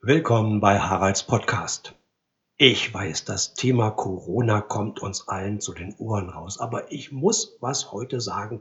Willkommen bei Haralds Podcast. Ich weiß, das Thema Corona kommt uns allen zu den Ohren raus, aber ich muss was heute sagen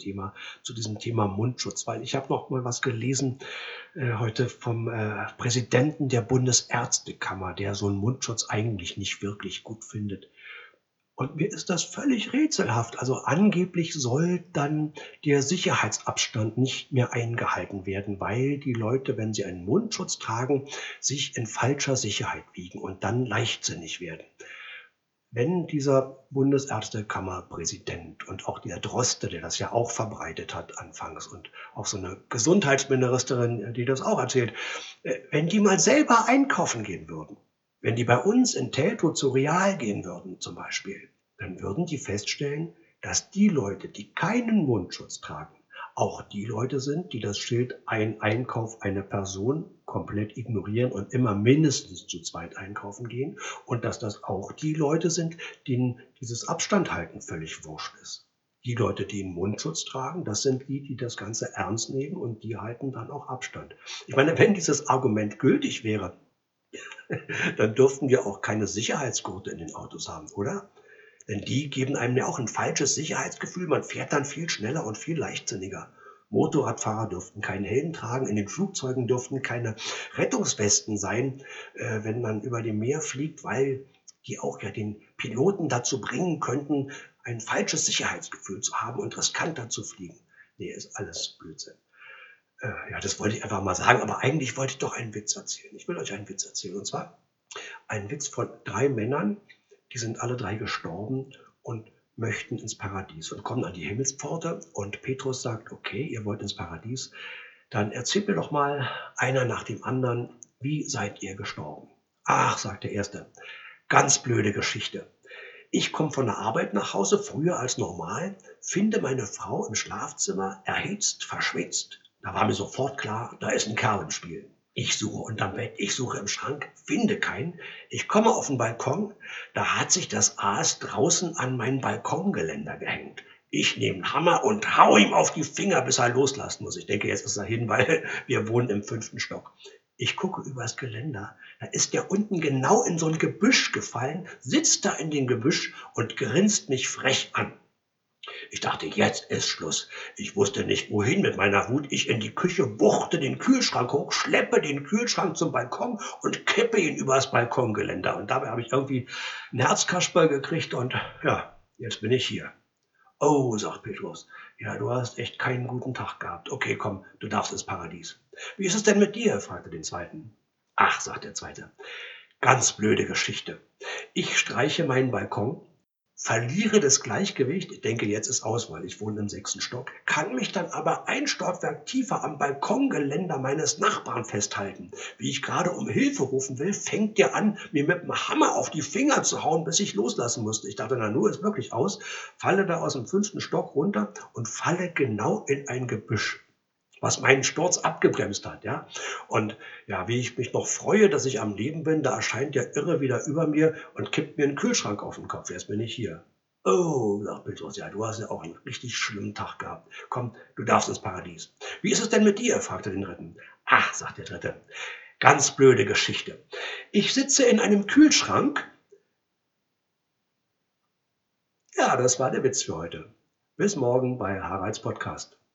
zu diesem Thema Mundschutz, weil ich habe noch mal was gelesen heute vom Präsidenten der Bundesärztekammer, der so einen Mundschutz eigentlich nicht wirklich gut findet. Und mir ist das völlig rätselhaft. Also angeblich soll dann der Sicherheitsabstand nicht mehr eingehalten werden, weil die Leute, wenn sie einen Mundschutz tragen, sich in falscher Sicherheit wiegen und dann leichtsinnig werden. Wenn dieser Bundesärztekammerpräsident und auch der Droste, der das ja auch verbreitet hat anfangs und auch so eine Gesundheitsministerin, die das auch erzählt, wenn die mal selber einkaufen gehen würden, wenn die bei uns in Teltow zu Real gehen würden zum Beispiel, dann würden die feststellen, dass die Leute, die keinen Mundschutz tragen, auch die Leute sind, die das Schild "Ein Einkauf eine Person" komplett ignorieren und immer mindestens zu zweit einkaufen gehen und dass das auch die Leute sind, denen dieses Abstandhalten völlig wurscht ist. Die Leute, die einen Mundschutz tragen, das sind die, die das Ganze ernst nehmen und die halten dann auch Abstand. Ich meine, wenn dieses Argument gültig wäre, dann dürften wir auch keine Sicherheitsgurte in den Autos haben, oder? Denn die geben einem ja auch ein falsches Sicherheitsgefühl. Man fährt dann viel schneller und viel leichtsinniger. Motorradfahrer dürften keinen Helm tragen, in den Flugzeugen dürften keine Rettungswesten sein, wenn man über dem Meer fliegt, weil die auch ja den Piloten dazu bringen könnten, ein falsches Sicherheitsgefühl zu haben und riskanter zu fliegen. Nee, ist alles Blödsinn. Ja, das wollte ich einfach mal sagen, aber eigentlich wollte ich doch einen Witz erzählen. Ich will euch einen Witz erzählen, und zwar einen Witz von 3 Männern, die sind alle 3 gestorben und möchten ins Paradies und kommen an die Himmelspforte. Und Petrus sagt: Okay, ihr wollt ins Paradies, dann erzählt mir doch mal einer nach dem anderen, wie seid ihr gestorben? Ach, sagt der Erste, ganz blöde Geschichte. Ich komme von der Arbeit nach Hause, früher als normal, finde meine Frau im Schlafzimmer, erhitzt, verschwitzt. Da war mir sofort klar, da ist ein Kerl im Spiel. Ich suche unterm Bett, ich suche im Schrank, finde keinen. Ich komme auf den Balkon, da hat sich das Aas draußen an mein Balkongeländer gehängt. Ich nehme einen Hammer und hau ihm auf die Finger, bis er loslassen muss. Ich denke, jetzt ist er hin, weil wir wohnen im 5. Stock. Ich gucke übers Geländer, da ist der unten genau in so ein Gebüsch gefallen, sitzt da in dem Gebüsch und grinst mich frech an. Ich dachte, jetzt ist Schluss. Ich wusste nicht, wohin mit meiner Wut. Ich in die Küche, wuchte den Kühlschrank hoch, schleppe den Kühlschrank zum Balkon und kippe ihn übers Balkongeländer. Und dabei habe ich irgendwie ein Herzkasperl gekriegt und ja, jetzt bin ich hier. Oh, sagt Petrus, ja, du hast echt keinen guten Tag gehabt. Okay, komm, du darfst ins Paradies. Wie ist es denn mit dir? Fragte den Zweiten. Ach, sagt der Zweite, ganz blöde Geschichte. Ich streiche meinen Balkon, verliere das Gleichgewicht, ich denke, jetzt ist aus, weil ich wohne im 6. Stock, kann mich dann aber ein Stockwerk tiefer am Balkongeländer meines Nachbarn festhalten. Wie ich gerade um Hilfe rufen will, fängt der an, mir mit dem Hammer auf die Finger zu hauen, bis ich loslassen musste. Ich dachte, na, nur ist wirklich aus, falle da aus dem 5. Stock runter und falle genau in ein Gebüsch, was meinen Sturz abgebremst hat, ja. Und ja, wie ich mich noch freue, dass ich am Leben bin, da erscheint der Irre wieder über mir und kippt mir einen Kühlschrank auf den Kopf. Jetzt bin ich hier. Oh, sagt Petrus, ja, du hast ja auch einen richtig schlimmen Tag gehabt. Komm, du darfst ins Paradies. Wie ist es denn mit dir? Fragte den Dritten. Ach, sagt der Dritte, ganz blöde Geschichte. Ich sitze in einem Kühlschrank. Ja, das war der Witz für heute. Bis morgen bei Haralds Podcast.